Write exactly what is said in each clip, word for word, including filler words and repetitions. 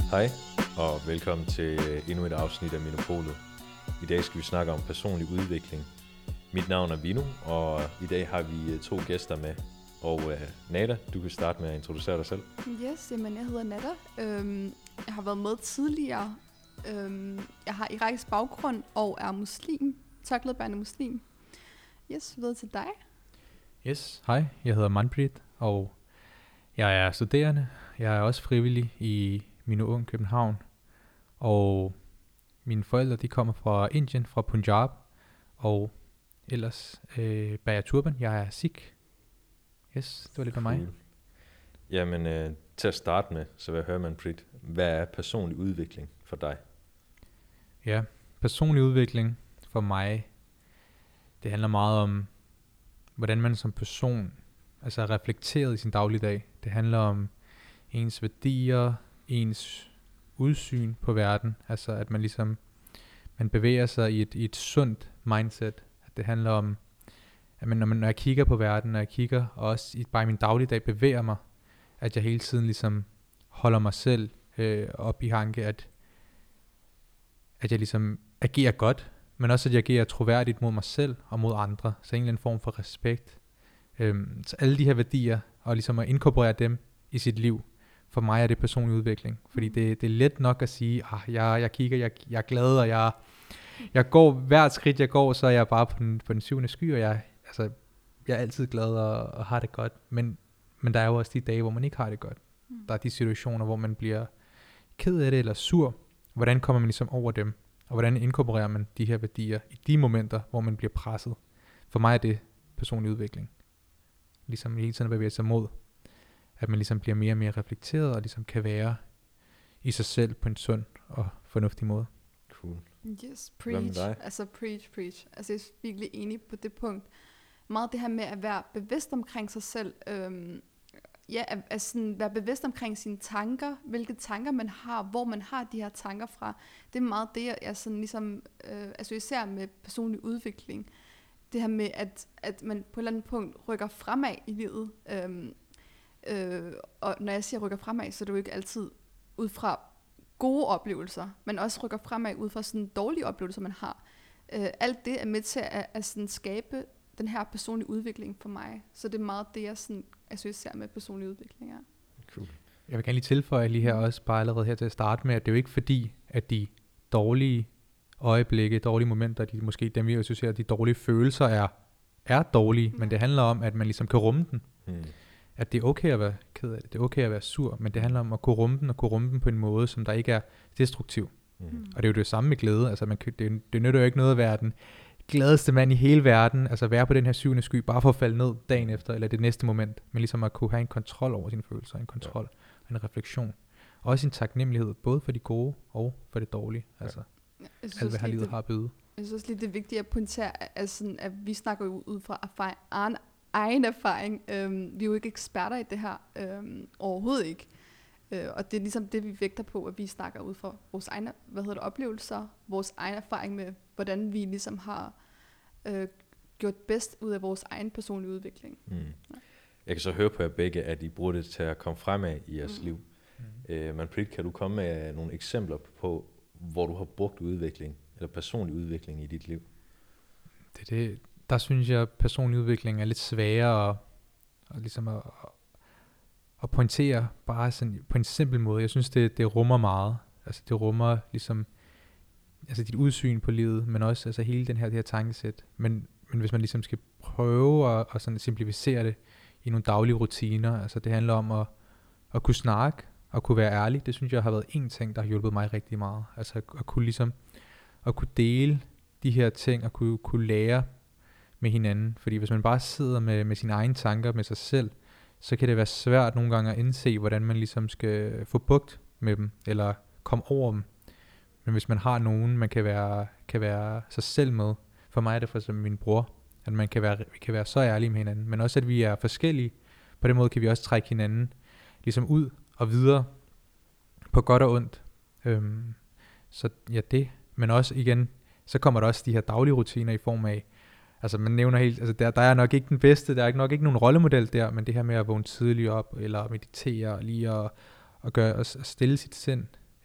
Hej, og velkommen til endnu et afsnit af Minopolet. I dag skal vi snakke om personlig udvikling. Mit navn er Vino, og i dag har vi to gæster med. Og uh, Nada, du kan starte med at introducere dig selv. Yes, jamen jeg hedder Nada. Øhm, jeg har været med tidligere. Øhm, jeg har irakisk baggrund og er muslim. Tørklædebærende muslim. Yes, videre til dig. Yes, hej, jeg hedder Manpreet, og jeg er studerende. Jeg er også frivillig i Mine Ung København, og mine forældre de kommer fra Indien, fra Punjab, og ellers øh, bærer jeg turban. Jeg er sikh. Yes, det var lidt af mig. Jamen, øh, til at starte med, så vil jeg høre, Manpreet, hvad er personlig udvikling for dig? Ja, personlig udvikling for mig, det handler meget om, hvordan man som person altså er reflekteret i sin dagligdag. Det handler om ens værdier, ens udsyn på verden, altså at man ligesom man bevæger sig i et, i et sundt mindset. At det handler om, at man, når, man, når jeg kigger på verden, når jeg kigger, og også i, bare i min dagligdag bevæger mig, at jeg hele tiden ligesom holder mig selv øh, op i hanke, at, at jeg ligesom agerer godt, men også at jeg agerer troværdigt mod mig selv og mod andre, så en eller anden form for respekt. Øhm, så alle de her værdier, og ligesom at inkorporere dem i sit liv, for mig er det personlig udvikling. Fordi det, det er let nok at sige, ah, jeg, jeg kigger, jeg, jeg er glad, og jeg, jeg går hvert skridt, jeg går, så er jeg bare på den, på den syvende sky, og jeg, altså, jeg er altid glad og, og har det godt. Men, men der er jo også de dage, hvor man ikke har det godt. Mm. Der er de situationer, hvor man bliver ked af det eller sur. Hvordan kommer man ligesom over dem? Og hvordan inkorporerer man de her værdier i de momenter, hvor man bliver presset? For mig er det personlig udvikling. Ligesom hele tiden at bevæge sig mod, at man ligesom bliver mere og mere reflekteret, og ligesom kan være i sig selv på en sund og fornuftig måde. Cool. Yes, preach. Altså preach, preach. Altså jeg er virkelig enig på det punkt. Meget det her med at være bevidst omkring sig selv. Øhm, ja, at, at sådan være bevidst omkring sine tanker, hvilke tanker man har, hvor man har de her tanker fra. Det er meget det, jeg sådan ligesom øh, associerer med personlig udvikling. Det her med, at, at man på et eller andet punkt rykker fremad i livet. Øhm, øh, og når jeg siger rykker fremad, så er det jo ikke altid ud fra gode oplevelser, men også rykker fremad ud fra sådan dårlige oplevelser, man har. Øh, alt det er med til at, at sådan skabe den her personlige udvikling for mig. Så det er meget det, jeg sådan associerer med personlig udvikling. Ja. Cool. Jeg vil gerne lige tilføje lige her også, bare allerede her til at starte med, at det er jo ikke fordi, at de dårlige øjeblikke, dårlige momenter, de måske dem vi associerer, de dårlige følelser er, er dårlige, men det handler om, at man ligesom kan rumme den. Hmm. At det er okay at være ked af det, det er okay at være sur, men det handler om at kunne rumme den, og kunne rumme den på en måde, som der ikke er destruktiv. Hmm. Og det er jo det samme med glæde, altså man, det, det nytter jo ikke noget at være den gladeste mand i hele verden, altså være på den her syvende sky, bare for at falde ned dagen efter, eller det næste moment, men ligesom at kunne have en kontrol over sine følelser, en kontrol, ja. En refleksion. Også en taknemmelighed, både for de gode og for det dårlige, ja. Altså. Alt hvad her livet det, har byde. Jeg synes også lige, det er vigtigt at pointere, at, sådan, at vi snakker jo ud fra erfaring, egen, egen erfaring. Øhm, vi er jo ikke eksperter i det her, øhm, overhovedet ikke. Øh, og det er ligesom det, vi vægter på, at vi snakker ud fra vores egne hvad hedder det, oplevelser, vores egen erfaring med, hvordan vi ligesom har øh, gjort bedst ud af vores egen personlige udvikling. Mm. Ja. Jeg kan så høre på jer begge, at I bruger det til at komme fremad i jeres mm. liv. Mm. Øh, Manpreet, kan du komme med nogle eksempler på, hvor du har brugt udvikling, eller personlig udvikling i dit liv? Det, det, der synes jeg, at personlig udvikling er lidt sværere at, at, ligesom at, at pointere bare sådan på en simpel måde. Jeg synes, det, det rummer meget. Altså det rummer ligesom altså dit udsyn på livet, men også altså hele den her, det her tankesæt. Men, men hvis man ligesom skal prøve at, at sådan simplificere det i nogle daglige rutiner, altså det handler om at, at kunne snakke, at kunne være ærlig, det synes jeg har været en ting, der har hjulpet mig rigtig meget. Altså at, at kunne ligesom, at kunne dele de her ting, og kunne, kunne lære med hinanden. Fordi hvis man bare sidder med, med sine egne tanker, med sig selv, så kan det være svært nogle gange at indse, hvordan man ligesom skal få bugt med dem, eller komme over dem. Men hvis man har nogen, man kan være, kan være sig selv med, for mig er det for eksempel min bror, at man kan være, vi kan være så ærlige med hinanden, men også at vi er forskellige. På den måde kan vi også trække hinanden ligesom ud og videre på godt og ondt. Øhm, så ja, det. Men også igen, så kommer der også de her daglige rutiner i form af, altså man nævner helt, altså der, der er nok ikke den bedste, der er nok ikke nogen rollemodel der, men det her med at vågne tidligt op, eller meditere, lige at, at, gøre, at stille sit sind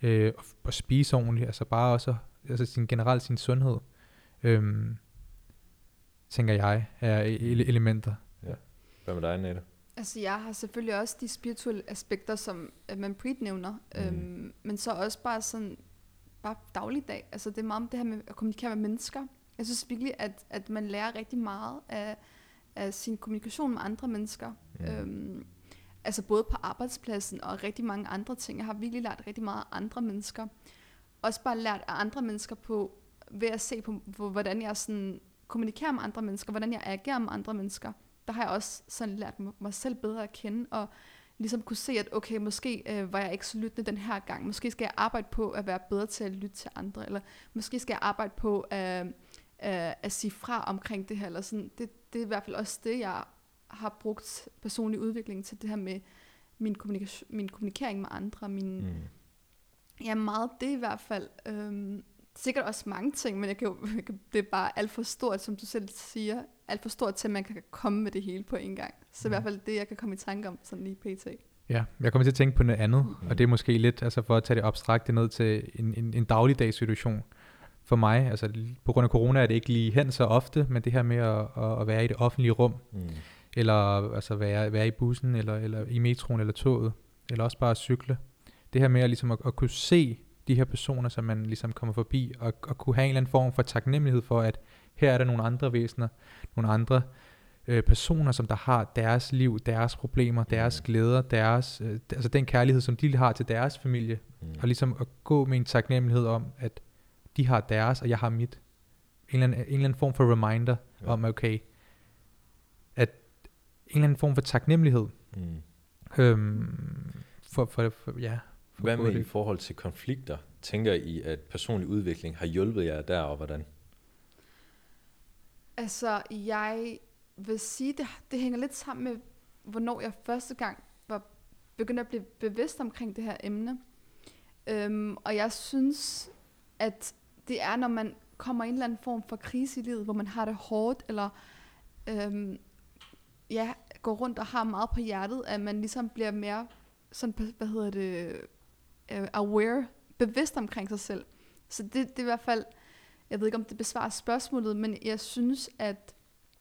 øh, og, og spise ordentligt, altså bare også, altså sin, generelt sin sundhed, øhm, tænker jeg, er ele- elementer. Ja. Hvad med dig, Nette? Altså jeg har selvfølgelig også de spirituelle aspekter, som uh, man Preet nævner, mm. øhm, men så også bare sådan, bare dagligdag. Altså det er meget om det her med at kommunikere med mennesker. Jeg synes virkelig, at, at man lærer rigtig meget af, af sin kommunikation med andre mennesker. Mm. Øhm, altså både på arbejdspladsen og rigtig mange andre ting. Jeg har virkelig lært rigtig meget af andre mennesker. Også bare lært af andre mennesker på, ved at se på, på hvordan jeg sådan kommunikerer med andre mennesker, hvordan jeg agerer med andre mennesker. Der har jeg også sådan lært mig selv bedre at kende, og ligesom kunne se, at okay, måske øh, var jeg ikke så lyttende den her gang. Måske skal jeg arbejde på at være bedre til at lytte til andre, eller måske skal jeg arbejde på at, øh, at sige fra omkring det her. Eller sådan. Det, det er i hvert fald også det, jeg har brugt personlig udvikling til, det her med min, kommunikation, min kommunikering med andre. Min, mm. Ja, meget det i hvert fald. Øhm, sikkert også mange ting, men jeg kan jo, det er bare alt for stort, som du selv siger. Alt for stort til, at man kan komme med det hele på en gang. Så mm. i hvert fald det, jeg kan komme i tanke om, sådan lige pt. Ja, jeg kommer til at tænke på noget andet, mm. og det er måske lidt, altså for at tage det abstrakte ned til en, en, en dagligdags situation. For mig, altså på grund af corona er det ikke lige hen så ofte, men det her med at, at, at være i det offentlige rum, mm. eller altså være, være i bussen, eller, eller i metroen, eller toget, eller også bare at cykle. Det her med at, ligesom at, at kunne se de her personer, som man ligesom kommer forbi, og, og kunne have en eller anden form for taknemmelighed for, at her er der nogle andre væsener, nogle andre øh, personer, som der har deres liv, deres problemer, deres mm. glæder, deres, øh, altså den kærlighed, som de har til deres familie, mm. og ligesom at gå med en taknemmelighed om, at de har deres, og jeg har mit. En eller anden, en eller anden form for reminder ja. om, okay, at en eller anden form for taknemmelighed. Mm. Øhm, for, for, for, ja. For Hvad med det. I forhold til konflikter? Tænker I, at personlig udvikling har hjulpet jer der, og hvordan? Altså, jeg vil sige, det, det hænger lidt sammen med, hvornår jeg første gang var begyndt at blive bevidst omkring det her emne. Øhm, og jeg synes, at det er, når man kommer i en eller anden form for krise i livet, hvor man har det hårdt, eller øhm, ja, går rundt og har meget på hjertet, at man ligesom bliver mere sådan, hvad hedder det, uh, aware, bevidst omkring sig selv. Så det, det er i hvert fald, jeg ved ikke, om det besvarer spørgsmålet, men jeg synes, at,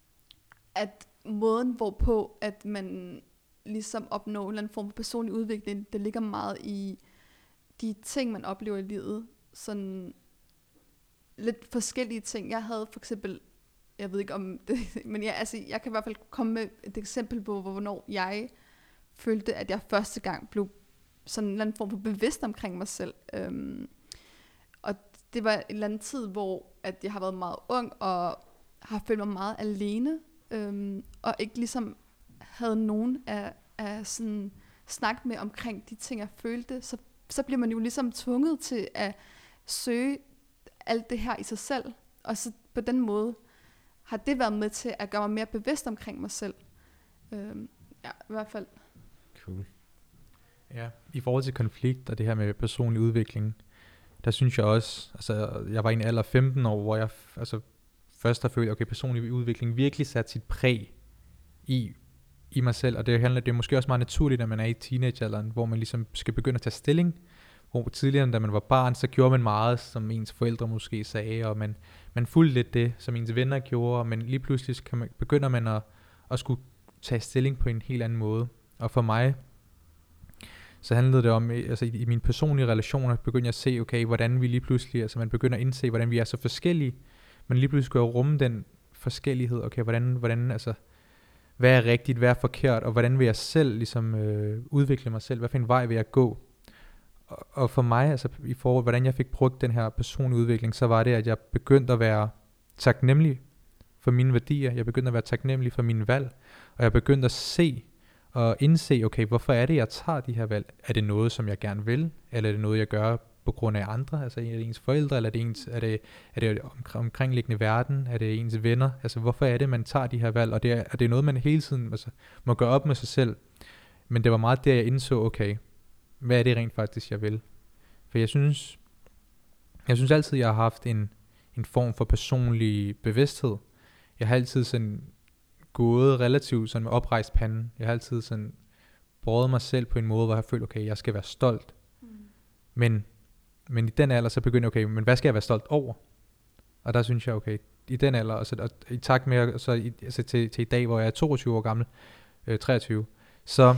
at måden, hvorpå, at man ligesom opnår en eller anden form for personlig udvikling, det ligger meget i de ting, man oplever i livet. Sådan lidt forskellige ting. Jeg havde for eksempel, jeg ved ikke om det, men jeg, altså, jeg kan i hvert fald komme med et eksempel på, hvornår jeg følte, at jeg første gang blev sådan en eller anden form for bevidst omkring mig selv. Øhm, og det var en eller anden tid, hvor at jeg har været meget ung, og har følt mig meget alene, øhm, og ikke ligesom havde nogen at, at sådan snakke med omkring de ting, jeg følte. Så, så bliver man jo ligesom tvunget til at søge alt det her i sig selv. Og så på den måde har det været med til at gøre mig mere bevidst omkring mig selv. Øhm, ja, i hvert fald. Cool. Ja, i forhold til konflikt og det her med personlig udvikling, der synes jeg også, altså jeg var i en alder femten år, hvor jeg altså først har følt, okay, personlig udvikling virkelig sat sit præg i, i mig selv, og det handler, det er måske også meget naturligt, når man er i teenagealderen, hvor man ligesom skal begynde at tage stilling, hvor tidligere, da man var barn, så gjorde man meget, som ens forældre måske sagde, og man, man fulgte lidt det, som ens venner gjorde, men lige pludselig kan man, begynder man at, at skulle tage stilling på en helt anden måde. Og for mig, så handlede det om, altså i, i mine personlige relationer, begyndte jeg at se, okay, hvordan vi lige pludselig, altså man begynder at indse, hvordan vi er så forskellige, men lige pludselig skulle jeg rumme den forskellighed, okay, hvordan, hvordan, altså, hvad er rigtigt, hvad er forkert, og hvordan vil jeg selv ligesom øh, udvikle mig selv, hvad for en vej vil jeg gå? Og, og for mig, altså i forhold til, hvordan jeg fik brugt den her personlige udvikling, så var det, at jeg begyndte at være taknemmelig for mine værdier, jeg begyndte at være taknemmelig for mine valg, og jeg begyndte at se, og indse, okay, hvorfor er det, jeg tager de her valg? Er det noget, som jeg gerne vil? Eller er det noget, jeg gør på grund af andre? Altså er det ens forældre? Eller er det, ens, er det, er det omkringliggende verden? Er det ens venner? Altså hvorfor er det, man tager de her valg? Og det er, er det noget, man hele tiden altså, må gøre op med sig selv. Men det var meget der, jeg indså, okay, hvad er det rent faktisk, jeg vil? For jeg synes, jeg synes altid, jeg har haft en, en form for personlig bevidsthed. Jeg har altid sådan gået relativt sådan med oprejst pande. Jeg har altid sådan båret mig selv på en måde, hvor jeg har følt, okay, jeg skal være stolt. Mm. Men Men i den alder, så begynder jeg, okay, men hvad skal jeg være stolt over? Og der synes jeg, okay, i den alder, og, så, og i takt med, så i, altså til, til i dag, hvor jeg er toogtyve år gammel, øh, treogtyve, så,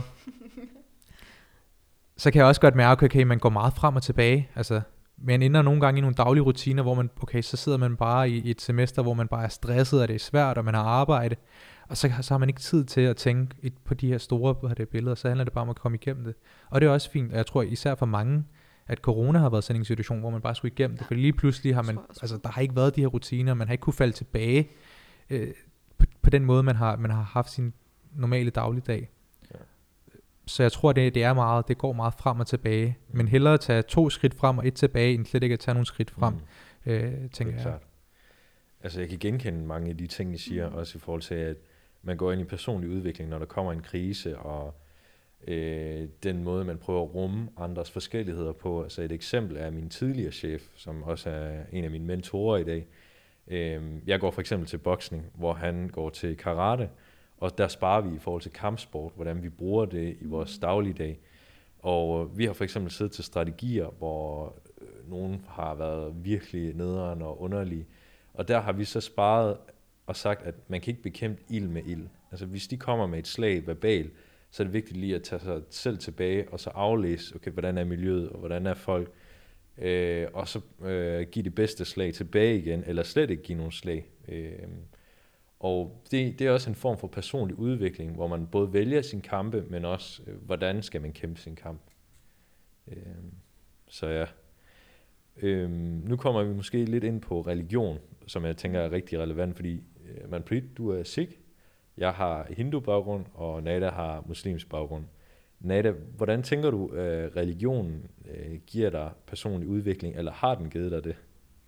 så kan jeg også godt mærke, okay, man går meget frem og tilbage, altså, men ender nogle gange i nogle daglige rutiner, hvor man, okay, så sidder man bare i, i et semester, hvor man bare er stresset, og det er svært, og man har arbejde, og så, så har man ikke tid til at tænke på de her store på det billeder, så handler det bare om at komme igennem det. Og det er også fint, og jeg tror især for mange, at corona har været sådan en situation, hvor man bare skulle igennem det, for lige pludselig har man, altså der har ikke været de her rutiner, man har ikke kunne falde tilbage øh, på, på den måde, man har, man har haft sin normale dagligdag. Ja. Så jeg tror, det, det er meget, det går meget frem og tilbage, mm. men hellere at tage to skridt frem og et tilbage, end slet ikke at tage nogle skridt frem, mm. øh, tænker jeg. Klart. Altså jeg kan genkende mange af de ting, I siger, mm. også i forhold til, at man går ind i personlig udvikling, når der kommer en krise, og øh, den måde, man prøver at rumme andres forskelligheder på. Altså et eksempel er min tidligere chef, som også er en af mine mentorer i dag. Øh, jeg går for eksempel til boksning, hvor han går til karate, og der sparer vi i forhold til kampsport, hvordan vi bruger det i vores dagligdag. Og vi har for eksempel siddet til strategier, hvor øh, nogen har været virkelig nederen og underlige, og der har vi så sparet og sagt, at man kan ikke bekæmpe ild med ild. Altså hvis de kommer med et slag verbal, så er det vigtigt lige at tage sig selv tilbage, og så aflæse, okay, hvordan er miljøet, og hvordan er folk, øh, og så øh, give det bedste slag tilbage igen, eller slet ikke give nogle slag. Øh, og det, det er også en form for personlig udvikling, hvor man både vælger sin kampe, men også, øh, hvordan skal man kæmpe sin kamp. Øh, så ja. Øh, nu kommer vi måske lidt ind på religion, som jeg tænker er rigtig relevant, fordi øh, Manpreet, du er sikh, jeg har hindu-baggrund, og Nada har muslimsk baggrund. Nada, hvordan tænker du, at religionen øh, giver dig personlig udvikling, eller har den givet dig det?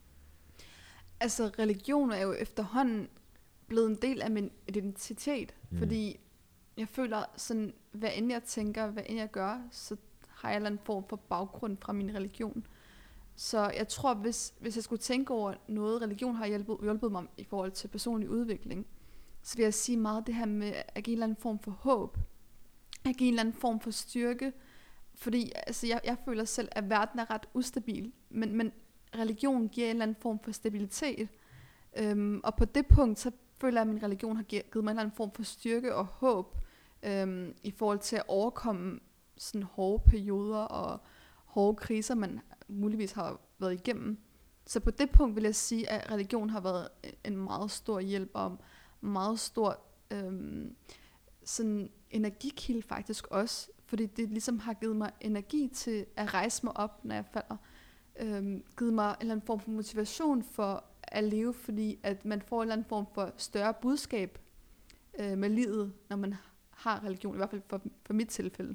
Altså, religion er jo efterhånden blevet en del af min identitet, mm. fordi jeg føler sådan, hvad end jeg tænker, hvad end jeg gør, så har jeg en form for baggrund fra min religion. Så jeg tror, hvis, hvis jeg skulle tænke over noget, religion har hjulpet, hjulpet mig i forhold til personlig udvikling, så vil jeg sige meget det her med at give en eller anden form for håb, at give en eller anden form for styrke, fordi altså, jeg, jeg føler selv, at verden er ret ustabil, men, men religion giver en eller anden form for stabilitet, øhm, og på det punkt, så føler jeg, at min religion har givet mig en eller anden form for styrke og håb, øhm, i forhold til at overkomme sådan hårde perioder og hårde kriser, man muligvis har været igennem. Så på det punkt vil jeg sige, at religion har været en meget stor hjælp og meget stor øhm, sådan energikilde faktisk også, fordi det ligesom har givet mig energi til at rejse mig op, når jeg falder. Øhm, givet mig en eller anden form for motivation for at leve, fordi at man får en eller anden form for større budskab øh, med livet, når man har religion, i hvert fald for, for mit tilfælde.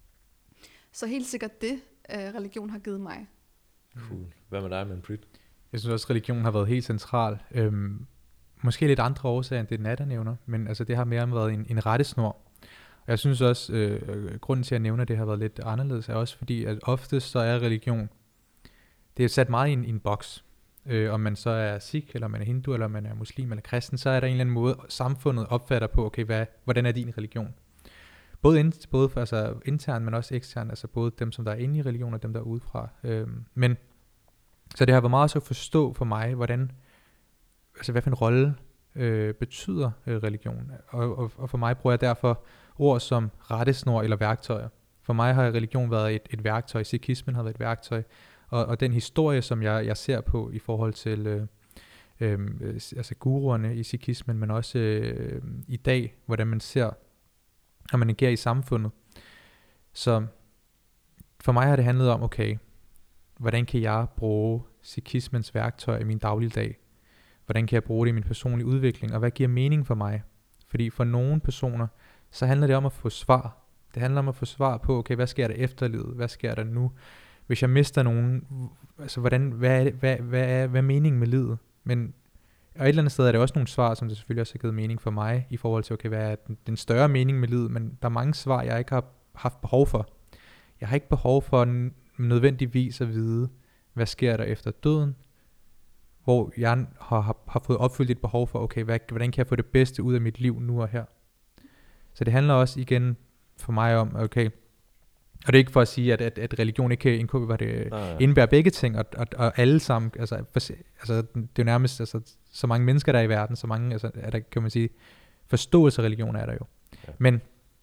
Så helt sikkert det, øh, religion har givet mig. Cool. Hvad med dig, Manpreet? Jeg synes også, at religion har været helt central. Øhm, måske lidt andre årsager, end det Nada nævner, men altså, det har mere været en, en rettesnor. Og jeg synes også, øh, grunden til at nævne, at det har været lidt anderledes, er også fordi, at oftest så er religion, det er sat meget i en, i en boks. Øh, om man så er sikh, eller man er hindu, eller man er muslim, eller kristen, så er der en eller anden måde, samfundet opfatter på, okay, hvad, hvordan er din religion? Både, ind, både for, altså, internt, men også eksternt, altså både dem, som der er inde i religion, og dem, der er udefra. Øh, men, så det har været meget så at forstå for mig, hvordan, altså hvad for en rolle øh, betyder øh, religion. Og, og, og for mig bruger jeg derfor ord som rettesnor eller værktøjer. For mig har religion været et, et værktøj, sikhismen har været et værktøj, og, og den historie, som jeg, jeg ser på i forhold til øh, øh, altså guruerne i sikhismen, men også øh, i dag, hvordan man ser, når man agerer i samfundet. Så for mig har det handlet om, okay, hvordan kan jeg bruge sikhismens værktøj i min dagligdag? Hvordan kan jeg bruge det i min personlige udvikling? Og hvad giver mening for mig? Fordi for nogle personer, så handler det om at få svar. Det handler om at få svar på, okay, hvad sker der efter livet? Hvad sker der nu? Hvis jeg mister nogen, altså hvordan, hvad er, det, hvad, hvad, er, hvad er meningen med livet? Men og et eller andet sted er det også nogle svar, som det selvfølgelig også har givet mening for mig, i forhold til, okay, hvad er den, den større mening med livet? Men der er mange svar, jeg ikke har haft behov for. Jeg har ikke behov for nødvendigvis at vide, hvad sker der efter døden? Hvor jeg har, har, har fået opfyldt et behov for, okay, hvad, hvordan kan jeg få det bedste ud af mit liv nu og her? Så det handler også igen for mig om, okay, Og det er ikke for at sige, at, at, at religion ikke kan det, indebære begge ting, og, og, og alle sammen, altså, for, altså det er jo nærmest altså, så mange mennesker, der er i verden, så mange, altså, er der, kan man sige, forståelse af religion er der jo. Ja. Men,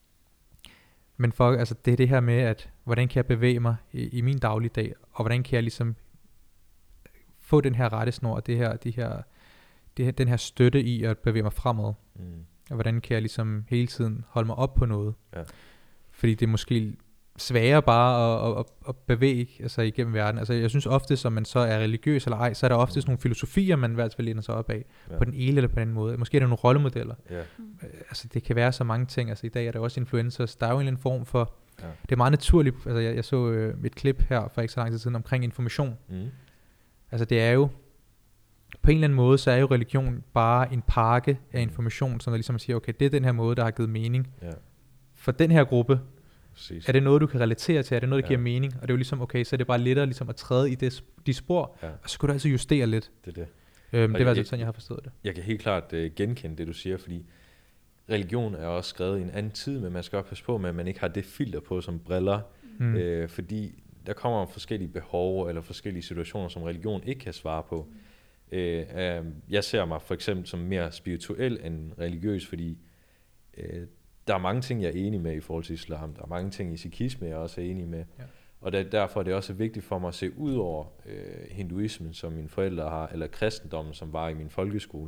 men for, altså, det er det her med, at hvordan kan jeg bevæge mig i, i min dagligdag, og hvordan kan jeg ligesom få den her rettesnor, og det her, de her, det her, den her støtte i at bevæge mig fremad. Mm. Og hvordan kan jeg ligesom hele tiden holde mig op på noget. Ja. Fordi det er måske sværere bare at, at, at bevæge altså, igennem verden. Altså jeg synes ofte, som man så er religiøs eller ej, så er der ofte mm. sådan nogle filosofier, man i hvert fald læner sig op af. Ja. På den ene eller på den anden måde. Måske er der nogle rollemodeller. Ja. Mm. Altså det kan være så mange ting. Altså i dag er der også influencers. Der er jo en eller anden form for, ja. Det er meget naturligt. Altså jeg, jeg så øh, et klip her for ikke så lang tid siden omkring information. Mm. Altså det er jo, på en eller anden måde, så er jo religion bare en pakke af information, som der ligesom siger, okay, det er den her måde, der har givet mening. Ja. For den her gruppe, Præcis. Er det noget, du kan relatere til? Er det noget, der ja. giver mening? Og det er jo ligesom, okay, så er det bare lettere ligesom at træde i det, de spor, ja. og så kunne du altså justere lidt. Det er det. Øhm, det var altså sådan, jeg har forstået det. Jeg kan helt klart uh, genkende det, du siger, fordi religion er også skrevet i en anden tid, men man skal også passe på med, at man ikke har det filter på som briller, mm. øh, fordi der kommer forskellige behov eller forskellige situationer, som religion ikke kan svare på. Mm. Øh, øh, jeg ser mig for eksempel som mere spirituel end religiøs, fordi øh, der er mange ting, jeg er enig med i forhold til islam. Der er mange ting i sikhisme, jeg også er enig med. Ja. Og der, derfor er det også vigtigt for mig at se ud over øh, hinduismen, som mine forældre har, eller kristendommen, som var i min folkeskole.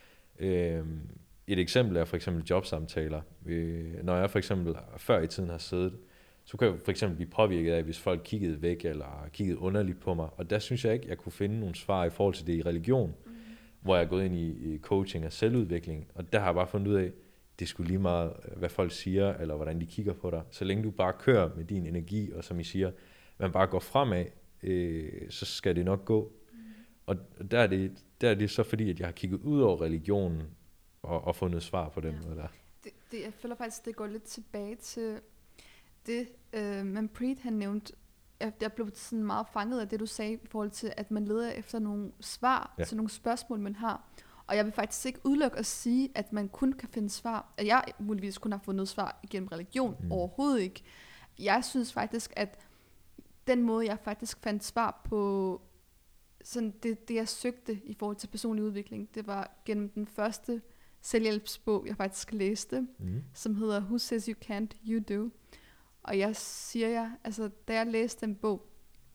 Øh, et eksempel er for eksempel jobsamtaler. Øh, når jeg for eksempel før i tiden har siddet, så kan jeg for eksempel blive påvirket af, hvis folk kiggede væk, eller kiggede underligt på mig. Og der synes jeg ikke, jeg kunne finde nogle svar i forhold til det i religion, mm. hvor jeg er gået ind i, i coaching og selvudvikling. Og der har jeg bare fundet ud af, det skulle lige meget, hvad folk siger, eller hvordan de kigger på dig. Så længe du bare kører med din energi, og som I siger, man bare går fremad, øh, så skal det nok gå. Mm. Og der er, det, der er det så fordi, at jeg har kigget ud over religionen, og, og fundet svar på den. Ja. Der. Det, det, jeg føler faktisk, det går lidt tilbage til det, øh, Manpreet han nævnte. Jeg, jeg blev sådan meget fanget af det, du sagde, i forhold til, at man leder efter nogle svar, ja. til nogle spørgsmål, man har. Og jeg vil faktisk ikke udelukke at sige, at man kun kan finde svar. At jeg muligvis kun har fundet svar igennem religion. Mm. Overhovedet ikke. Jeg synes faktisk, at den måde, jeg faktisk fandt svar på sådan det, det, jeg søgte i forhold til personlig udvikling, det var gennem den første selvhjælpsbog, jeg faktisk læste, mm. som hedder Who Says You Can't, You Do. Og jeg siger jer, altså da jeg læste den bog,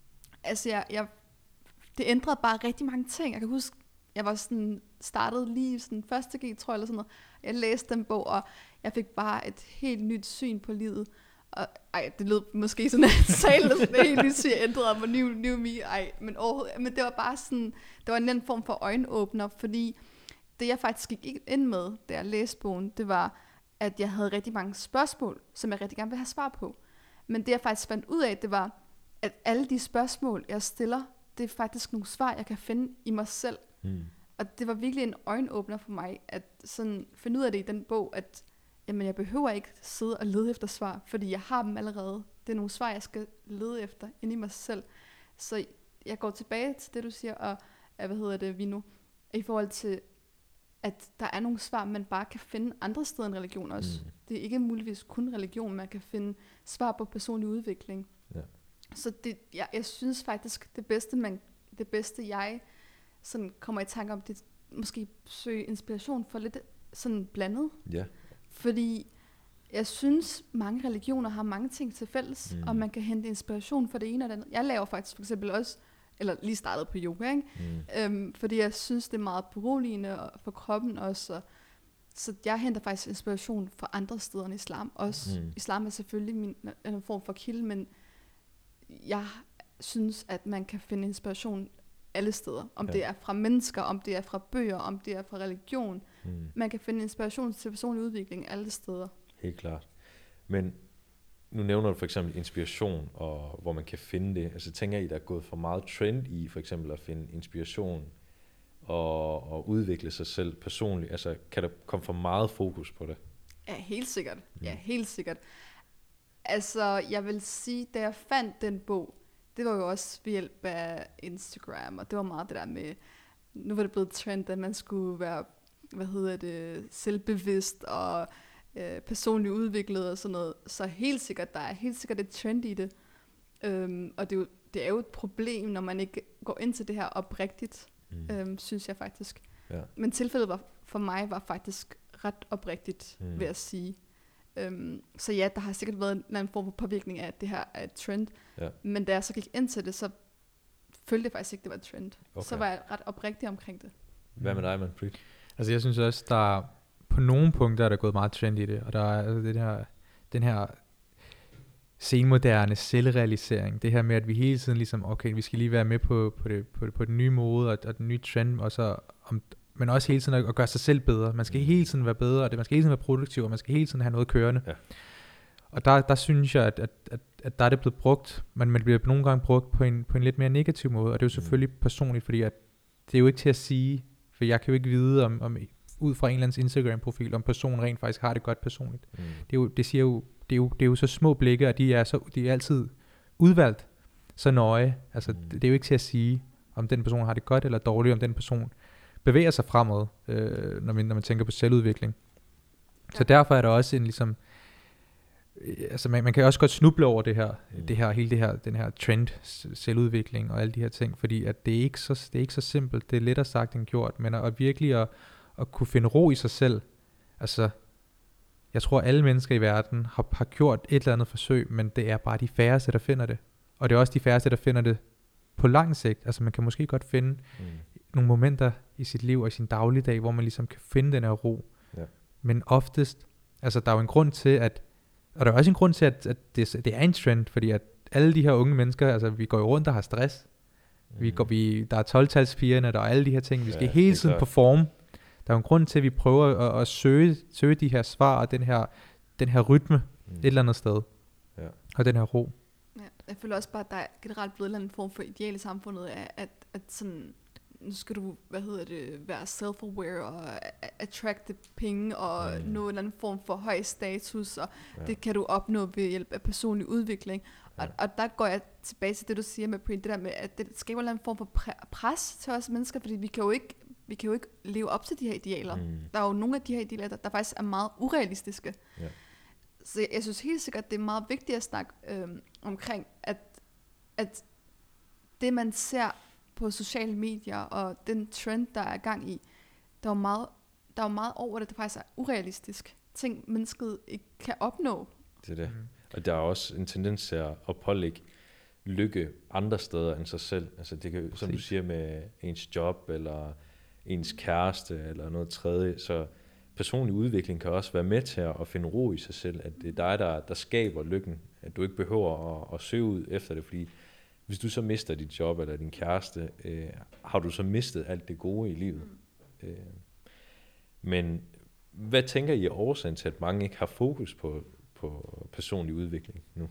altså jeg, jeg, det ændrede bare rigtig mange ting. Jeg kan huske, jeg var sådan startet lige sådan første G, tror jeg, eller sådan noget. Jeg læste den bog, og jeg fik bare et helt nyt syn på livet. Og, ej, det lød måske sådan, at jeg sagde sådan helt nyt syn, jeg ændrede mig, new, new me, ej, men, men det var bare sådan, det var en anden form for øjenåbner, fordi det jeg faktisk gik ind med, da jeg læste bogen, det var, at jeg havde rigtig mange spørgsmål, som jeg rigtig gerne vil have svar på. Men det jeg faktisk fandt ud af, det var, at alle de spørgsmål, jeg stiller, det er faktisk nogle svar, jeg kan finde i mig selv. Mm. Og det var virkelig en øjenåbner for mig, at sådan finde ud af det i den bog, at jamen, jeg behøver ikke sidde og lede efter svar, fordi jeg har dem allerede. Det er nogle svar, jeg skal lede efter inde i mig selv. Så jeg går tilbage til det, du siger, og hvad hedder det, Vino, i forhold til, at der er nogle svar, man bare kan finde andre steder end religion også. Mm. Det er ikke muligvis kun religion, man kan finde svar på personlig udvikling. Ja. Så det, jeg, jeg synes faktisk, det bedste, man, det bedste jeg sådan kommer i tanke om, det er måske søge inspiration for lidt sådan blandet. Ja. Fordi jeg synes, mange religioner har mange ting til fælles, mm. og man kan hente inspiration for det ene og det andet. Jeg laver faktisk for eksempel også, eller lige startet på yoga, ikke? Mm. Øhm, fordi jeg synes, det er meget beroligende for kroppen også. Og, så jeg henter faktisk inspiration fra andre steder end islam også. Mm. Islam er selvfølgelig min, en form for kilde, men jeg synes, at man kan finde inspiration alle steder. Om ja. det er fra mennesker, om det er fra bøger, om det er fra religion. Mm. Man kan finde inspiration til personlig udvikling alle steder. Helt klart. Men nu nævner du for eksempel inspiration, og hvor man kan finde det. Altså tænker I, der er gået for meget trend i for eksempel at finde inspiration og, og udvikle sig selv personligt? Altså kan der komme for meget fokus på det? Ja, helt sikkert. Mm. Ja, helt sikkert. Altså jeg vil sige, da jeg fandt den bog, det var jo også ved hjælp af Instagram, og det var meget det der med, nu var det blevet trend, at man skulle være, hvad hedder det, selvbevidst, og øh, personligt udviklet og sådan noget, så helt sikkert, der er helt sikkert et trend i det. Øhm, og det er, jo, det er jo et problem, når man ikke går ind til det her oprigtigt, mm. øhm, synes jeg faktisk. Ja. Men tilfældet var, for mig var faktisk ret oprigtigt, mm. vil jeg sige. Øhm, så ja, der har sikkert været en eller anden form for påvirkning af, at det her er et trend. Ja. Men da jeg så gik ind til det, så følte jeg faktisk ikke, det var et trend. Okay. Så var jeg ret oprigtig omkring det. Hvad med dig, Manpreet? Altså jeg synes også, der på nogle punkter er der gået meget trend i det. Og der er altså den her, den her senmoderne selvrealisering. Det her med, at vi hele tiden ligesom, okay, vi skal lige være med på, på, det, på, det, på den nye mode og, og den nye trend, og så om, men også hele tiden at, at gøre sig selv bedre. Man skal hele tiden være bedre, og det, man skal hele tiden være produktiv, og man skal hele tiden have noget kørende. Ja. Og der, der synes jeg, at, at, at, at der er det blevet brugt, men man bliver nogle gange brugt på en, på en lidt mere negativ måde, og det er jo selvfølgelig mm. personligt, fordi at det er jo ikke til at sige, for jeg kan jo ikke vide, om, om ud fra en eller anden Instagram-profil, om personen rent faktisk har det godt personligt. Mm. Det, er jo, det siger jo, det er jo, det er jo så små blikke, og de er, så, de er altid udvalgt så nøje. Altså, mm. det, det er jo ikke til at sige, om den person har det godt eller dårligt, om den person bevæger sig fremad, øh, når, man, når man tænker på selvudvikling. Ja. Så derfor er der også en ligesom, øh, altså man, man kan også godt snuble over det her, mm. det her, hele det her, den her trend, selvudvikling og alle de her ting, fordi at det er ikke så, det er ikke så simpelt, det er lettere sagt end gjort, men at, at virkelig at, at kunne finde ro i sig selv, altså, jeg tror alle mennesker i verden har, har gjort et eller andet forsøg, men det er bare de færreste, der finder det, og det er også de færreste, der finder det på lang sigt. Altså man kan måske godt finde mm. nogle momenter i sit liv og i sin dagligdag, hvor man ligesom kan finde den her ro. Ja. Men oftest, altså der er jo en grund til, at, og der er også en grund til, at, at det, det er en trend, fordi at alle de her unge mennesker, altså vi går jo rundt og har stress. Mm. Vi går, vi, der er tolv-talspigerne, der er alle de her ting, vi skal ja, hele tiden performe. Der er jo en grund til, at vi prøver at, at søge, søge de her svar og den her, den her rytme mm. et eller andet sted. Ja. Og den her ro. Ja, jeg føler også bare, at der er generelt blevet en eller anden form for ideal i samfundet, at, at, at sådan, nu skal du, hvad hedder det, være self-aware og attracte penge og mm. nå en eller anden form for høj status, og ja. det kan du opnå ved hjælp af personlig udvikling. Ja. Og, og der går jeg tilbage til det, du siger med det der med, at det skaber en eller anden form for pre- pres til os mennesker, fordi vi kan jo ikke, vi kan jo ikke leve op til de her idealer. Mm. Der er jo nogle af de her idealer, der, der faktisk er meget urealistiske. Ja. Så jeg, jeg synes helt sikkert, at det er meget vigtigt at snakke øhm, omkring, at, at det man ser på sociale medier, og den trend, der er gang i, der er jo meget, der er jo meget over det, der faktisk er urealistisk. Ting, mennesket ikke kan opnå. Det er det. Mm. Og der er også en tendens til at pålægge lykke andre steder end sig selv. Altså det kan, som du siger, med ens job, eller ens kæreste, eller noget tredje, så personlig udvikling kan også være med til at finde ro i sig selv, at det er dig, der, der skaber lykken, at du ikke behøver at, at søge ud efter det, fordi hvis du så mister dit job eller din kæreste, øh, har du så mistet alt det gode i livet. Mm. Øh, men hvad tænker I er årsagen til, at mange ikke har fokus på, på personlig udvikling nu?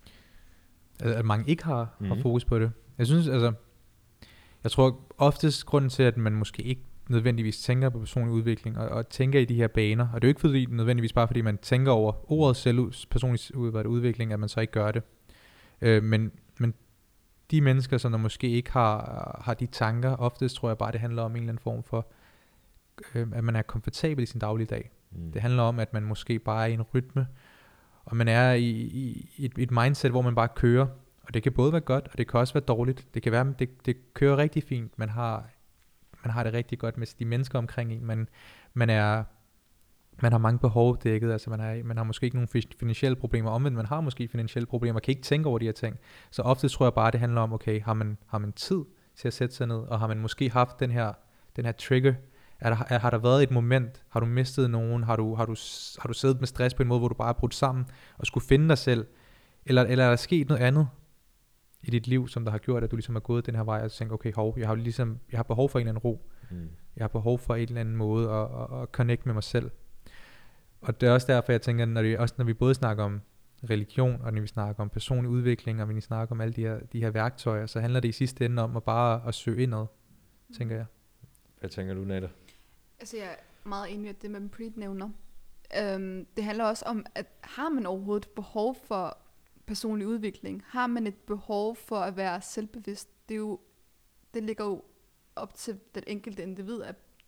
At mange ikke har, mm. har fokus på det? Jeg synes, altså, jeg tror oftest grunden til, at man måske ikke nødvendigvis tænker på personlig udvikling, og, og tænker i de her baner, og det er jo ikke fordi, nødvendigvis bare fordi man tænker over ordet selv, personlig udvikling, at man så ikke gør det. Øh, men, men de mennesker, som der måske ikke har, har de tanker, oftest tror jeg bare, det handler om en eller anden form for, øh, at man er komfortabel i sin dagligdag. Mm. Det handler om, at man måske bare er i en rytme, og man er i, i, i et, et mindset, hvor man bare kører, og det kan både være godt, og det kan også være dårligt. Det kan være, at det, det kører rigtig fint, man har man har det rigtig godt med de mennesker omkring en, man, man er, man har mange behov dækket, altså man har, man har måske ikke nogen finansielle problemer, omvendt man har måske finansielle problemer, kan ikke tænke over de her ting, så ofte tror jeg bare, det handler om, okay, har man, har man tid til at sætte sig ned, og har man måske haft den her, den her trigger, er der, er, har der været et moment, har du mistet nogen, har du, har, du, har du siddet med stress på en måde, hvor du bare er brudt sammen, og skulle finde dig selv, eller, eller er der sket noget andet i dit liv, som der har gjort, at du ligesom er gået den her vej, og tænker, okay, hov, jeg har ligesom, jeg har behov for en eller anden ro. Mm. Jeg har behov for en eller anden måde at, at, at connect med mig selv. Og det er også derfor, jeg tænker, når, det, også når vi både snakker om religion, og når vi snakker om personlig udvikling, og når vi snakker om alle de her, de her værktøjer, så handler det i sidste ende om at bare at søge indad, mm. tænker jeg. Hvad tænker du, Nada? Altså, jeg er meget enig i det, man Preet nævner. Øhm, det handler også om, at har man overhovedet behov for personlig udvikling? Har man et behov for at være selvbevidst? Det, er jo, det ligger jo op til den enkelte individ at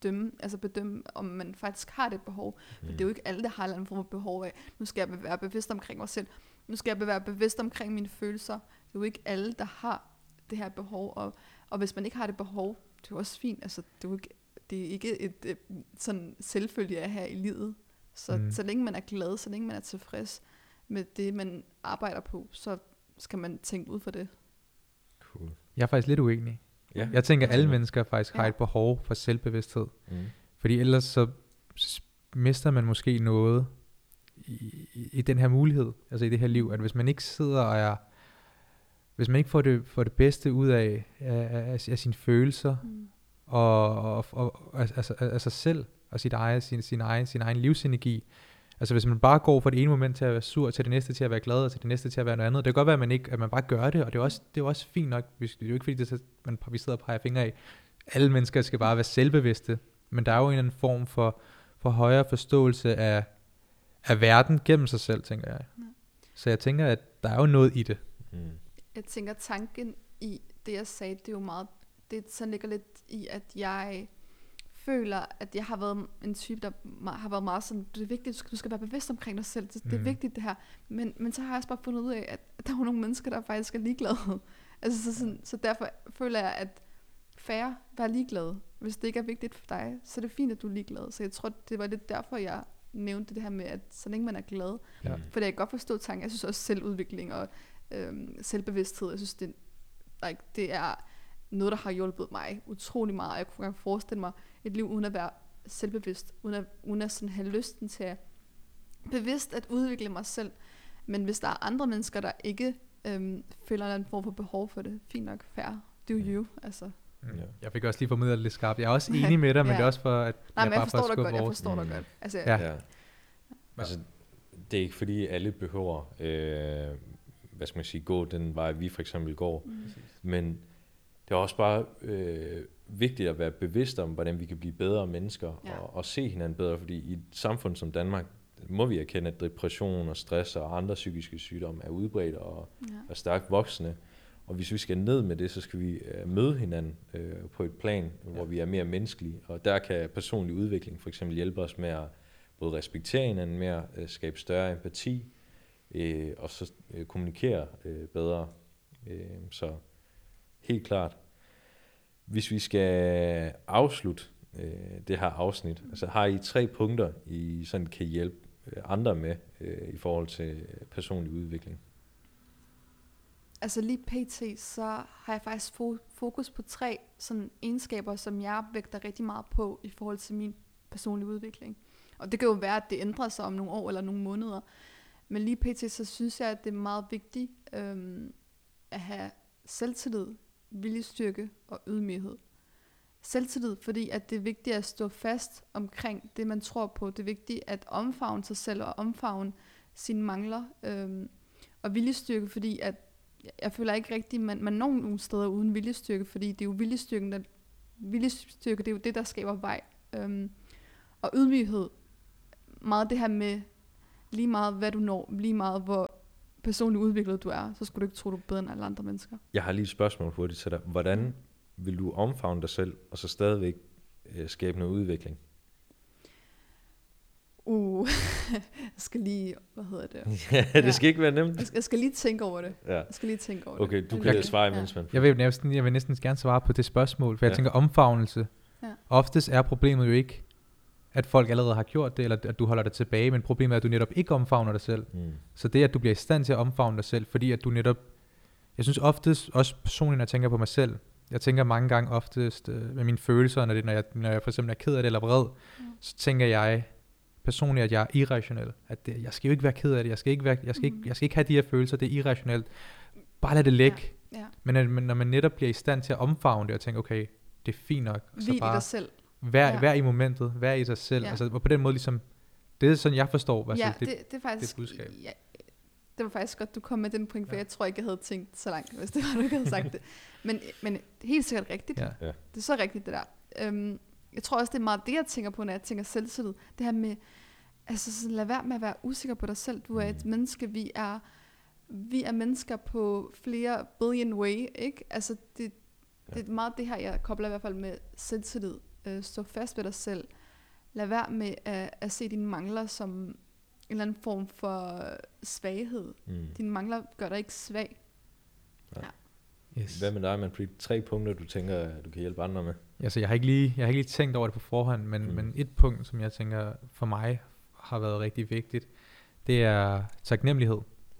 bedømme, altså bedømme, om man faktisk har det behov. Mm. For det er jo ikke alle, der har en eller anden form for behov af, nu skal jeg være bevidst omkring mig selv, nu skal jeg være bevidst omkring mine følelser. Det er jo ikke alle, der har det her behov, og, og hvis man ikke har det behov, det er jo også fint, altså det er jo ikke, det er ikke et, et sådan selvfølge at have i livet. Så, mm. så længe man er glad, så længe man er tilfreds med det, man arbejder på, så skal man tænke ud for det. Cool. Jeg er faktisk lidt uenig. Ja. Jeg tænker, at alle mennesker faktisk ja. har et behov for selvbevidsthed. Mm. Fordi ellers så mister man måske noget i, i, i den her mulighed, altså i det her liv, at hvis man ikke sidder og er, hvis man ikke får det, får det bedste ud af, af, af, af sine følelser, mm. og, og, og, og altså, af sig selv, og sit eget, sin, sin, egen, sin egen livsenergi. Altså hvis man bare går fra det ene moment til at være sur, til det næste til at være glad, og til det næste til at være noget andet. Det kan godt være, at man, ikke, at man bare gør det, og det er også, det er også fint nok. Det er jo ikke fordi, det er, man, vi sidder og peger fingre af. Alle mennesker skal bare være selvbevidste. Men der er jo en eller anden form for, for højere forståelse af, af verden gennem sig selv, tænker jeg. Ja. Så jeg tænker, at der er jo noget i det. Mm. Jeg tænker, tanken i det, jeg sagde, det er jo meget, det så ligger lidt i, at jeg føler, at jeg har været en type, der har været meget sådan, det er vigtigt, du skal, du skal være bevidst omkring dig selv, det, det er mm. vigtigt det her, men, men så har jeg også bare fundet ud af, at der er nogle mennesker, der faktisk er ligeglade, altså så, sådan, så derfor føler jeg, at færre være ligeglade, hvis det ikke er vigtigt for dig, så er det fint, at du er ligeglad, så jeg tror, det var lidt derfor, jeg nævnte det her med, at så længe man er glad, ja. For jeg kan godt forstå tanken, jeg synes også selvudvikling og øhm, selvbevidsthed, jeg synes, det, like, det er noget, der har hjulpet mig utrolig meget. Jeg kunne godt forestille mig et liv uden at være selvbevidst, uden at, uden at sådan have lysten til at bevidst at udvikle mig selv. Men hvis der er andre mennesker, der ikke øhm, føler en form for behov for det, fint nok, fair, do you, altså. Mm. Jeg fik også lige formidlet det lidt skarpt. Jeg er også enig med dig, men ja. Det er også for, at Nej, jeg men jeg bare forstår for dig godt, jeg vores. forstår dig godt. Altså, ja. Ja. Altså, det er ikke fordi alle behøver, øh, hvad skal man sige, gå den vej, vi for eksempel går. Mm. Men det er også bare øh, vigtigt at være bevidst om, hvordan vi kan blive bedre mennesker, ja. og, og se hinanden bedre, fordi i et samfund som Danmark, må vi erkende, at depression og stress og andre psykiske sygdomme er udbredt og ja. er stærkt voksende. Og hvis vi skal ned med det, så skal vi øh, møde hinanden øh, på et plan, ja. hvor vi er mere menneskelige. Og der kan personlig udvikling for eksempel hjælpe os med at både respektere hinanden mere, øh, skabe større empati, øh, og så øh, kommunikere øh, bedre. Øh, så helt klart. Hvis vi skal afslutte øh, det her afsnit, mm. altså har I tre punkter, I sådan kan hjælpe øh, andre med øh, i forhold til personlig udvikling? Altså lige pt, så har jeg faktisk fokus på tre sådan egenskaber, som jeg vægter rigtig meget på i forhold til min personlige udvikling. Og det kan jo være, at det ændrer sig om nogle år eller nogle måneder. Men lige pt, så synes jeg, at det er meget vigtigt øhm, at have selvtillid, viljestyrke og ydmyghed. Selvtillid, fordi at det er vigtigt at stå fast omkring det, man tror på. Det er vigtigt at omfavne sig selv og omfavne sine mangler. Øhm, og viljestyrke, fordi at jeg føler ikke rigtigt, man, man når nogle steder uden viljestyrke, fordi det er jo viljestyrken, der, viljestyrke, det er jo det, der skaber vej. Øhm, og ydmyghed, meget det her med lige meget, hvad du når, lige meget, hvor personligt udviklet du er, så skulle du ikke tro, du er bedre end alle andre mennesker. Jeg har lige et spørgsmål hurtigt til dig. Hvordan vil du omfavne dig selv, og så stadigvæk øh, skabe noget udvikling? Uh, jeg skal lige, hvad hedder det? ja, det ja. skal ikke være nemt. Jeg skal, jeg skal lige tænke over det. Ja. Jeg skal lige tænke over okay, det. Okay, du kan svare imens, man. Jeg vil, næsten, jeg vil næsten gerne svare på det spørgsmål, for ja. jeg tænker omfavnelse. Ja. Oftest er problemet jo ikke, at folk allerede har gjort det, eller at du holder dig tilbage, men problemet er, at du netop ikke omfavner dig selv. Mm. Så det, at du bliver i stand til at omfavne dig selv, fordi at du netop, jeg synes oftest, også personligt, når jeg tænker på mig selv, jeg tænker mange gange oftest øh, med mine følelser, når, det, når, jeg, når jeg for eksempel er ked af det eller vred, mm. så tænker jeg personligt, at jeg er irrationel. At det, jeg skal jo ikke være ked af det, jeg skal ikke, være, jeg skal mm. ikke, jeg skal ikke have de her følelser, det er irrationelt. Bare lad det ligge. Ja. Ja. Men, men når man netop bliver i stand til at omfavne det, og tænke, okay, det er fint nok. Så Hvil bare, i dig selv. Vær, ja. vær i momentet, vær i sig selv. Ja. Altså, og på den måde ligesom, det er sådan, jeg forstår, altså, ja, det, det, det er faktisk, det budskab. Ja, det var faktisk godt, du kom med den point, for ja. jeg tror ikke, jeg havde tænkt så langt, hvis det var, du ikke havde sagt det. Men, men helt sikkert rigtigt. Ja. Ja. Det er så rigtigt, det der. Um, jeg tror også, det er meget det, jeg tænker på, når jeg tænker selvtillid. Det her med, altså sådan, lad være med at være usikker på dig selv. Du er et menneske, vi er, vi er mennesker på flere billion way, ikke? Altså, det, det er meget det her, jeg kobler i hvert fald med selvtillid. Øh, stå fast ved dig selv. Lad være med at, at se dine mangler som en eller anden form for svaghed. Mm. Dine mangler gør dig ikke svag. Ja. Ja. Yes. Hvad med dig, Manpreet? Tre punkter, du tænker, du kan hjælpe andre med? Altså, jeg har ikke lige, jeg har ikke lige tænkt over det på forhånd, men, mm. men et punkt, som jeg tænker for mig har været rigtig vigtigt, det er taknemmelighed.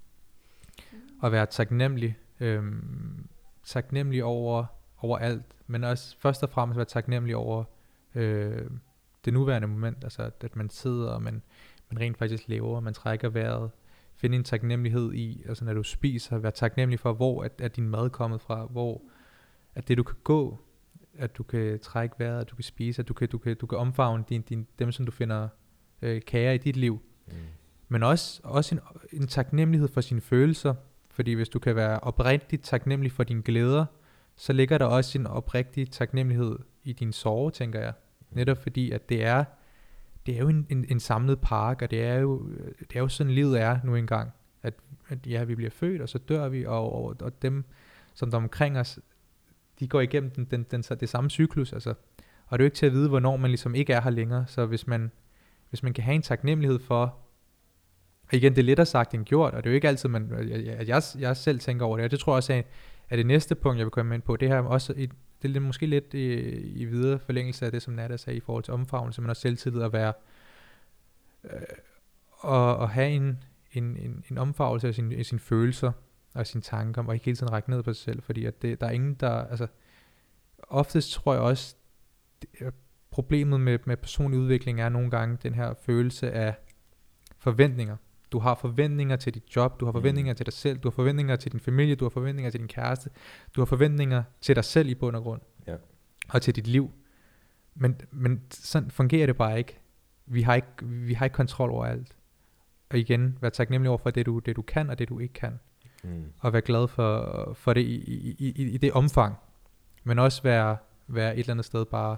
Mm. At være taknemmelig. Øhm, taknemmelig over, over alt, men også først og fremmest være taknemmelig over øh, det nuværende moment, altså at, at man sidder, og man, man rent faktisk lever, man trækker vejret, finde en taknemmelighed i, altså når du spiser, være taknemmelig for, hvor er, er din mad kommet fra, hvor at det du kan gå, at du kan trække vejret, at du kan spise, at du kan, du kan, du kan omfavne din, din, dem, som du finder øh, kære i dit liv, mm. men også, også en, en taknemmelighed for sine følelser, fordi hvis du kan være oprigtigt taknemmelig for dine glæder, så ligger der også en oprigtig taknemmelighed i din sorg, tænker jeg. Netop fordi, at det er, det er jo en, en, en samlet park, og det er jo, det er jo sådan, livet er nu engang. At, at ja, vi bliver født, og så dør vi, og, og, og dem, som der omkring os, de går igennem den, den, den, det samme cyklus. Altså. Og det er jo ikke til at vide, hvornår man ligesom ikke er her længere. Så hvis man, hvis man kan have en taknemmelighed for, og igen, det er lettere sagt end gjort, og det er jo ikke altid, man, at jeg, jeg selv tænker over det, og det tror jeg også er, er det næste punkt, jeg vil komme ind på. Det her også et, det er måske lidt i, i videre forlængelse af det, som Nada sagde i forhold til omfavnelse, men også selvtillid at være, øh, og, og have en, en, en, en omfavnelse af sine sin følelser og sine tanker, og ikke hele tiden række ned på sig selv, fordi at det, der er ingen, der, altså, oftest tror jeg også, det, problemet med, med personlig udvikling er nogle gange den her følelse af forventninger. Du har forventninger til dit job, du har forventninger mm. til dig selv, du har forventninger til din familie, du har forventninger til din kæreste, du har forventninger til dig selv i bund og grund, ja. Og til dit liv. Men, men sådan fungerer det bare ikke. Vi har ikke, vi har ikke kontrol over alt. Og igen, vær taknemmelig over for det du, det, du kan, og det, du ikke kan. Mm. Og vær glad for, for det i, i, i, i det omfang. Men også være, være et eller andet sted bare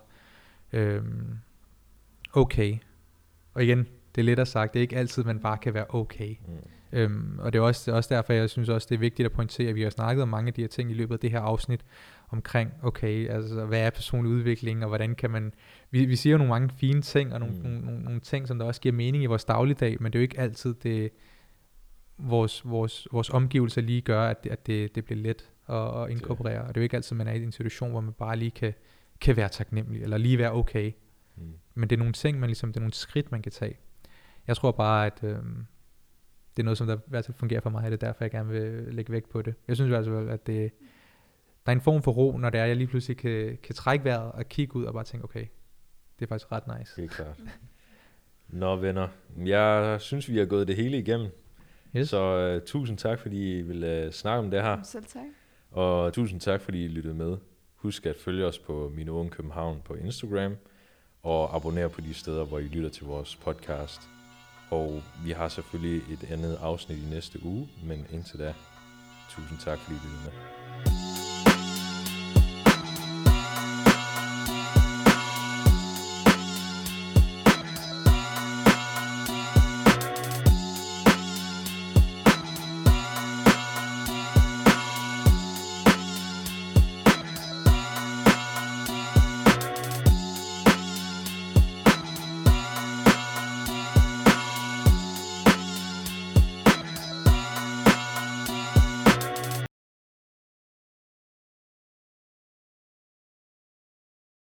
øhm, okay. Og igen, det er let at sagt, det er ikke altid, man bare kan være okay. Mm. Øhm, og det er, også, det er også derfor, jeg synes også, det er vigtigt at pointere, at vi har snakket om mange af de her ting i løbet af det her afsnit, omkring, okay, altså hvad er personlig udvikling, og hvordan kan man, vi, vi siger jo nogle mange fine ting, og nogle, mm. nogle, nogle, nogle ting, som der også giver mening i vores dagligdag, men det er jo ikke altid, det vores, vores, vores omgivelser lige gør, at det, at det, det bliver let at, at inkorporere, og det er jo ikke altid, man er i en situation, hvor man bare lige kan, kan være taknemmelig, eller lige være okay. Mm. Men det er nogle ting, man ligesom, det er nogle skridt, man kan tage. Jeg tror bare, at øhm, det er noget, som der i hvert fald fungerer for mig, og det er derfor, jeg gerne vil lægge vægt på det. Jeg synes altså, at det, der er en form for ro, når det er, jeg lige pludselig kan, kan trække vejret og kigge ud og bare tænke, okay, det er faktisk ret nice. Det er klart. Nå venner, jeg synes, vi har gået det hele igennem. Yes. Så uh, tusind tak, fordi I vil uh, snakke om det her. Selv tak. Og tusind tak, fordi I lyttede med. Husk at følge os på Mine Unge København på Instagram, og abonnere på de steder, hvor I lytter til vores podcast. Og vi har selvfølgelig et andet afsnit i næste uge, men indtil da, tusind tak, fordi I lyttede med.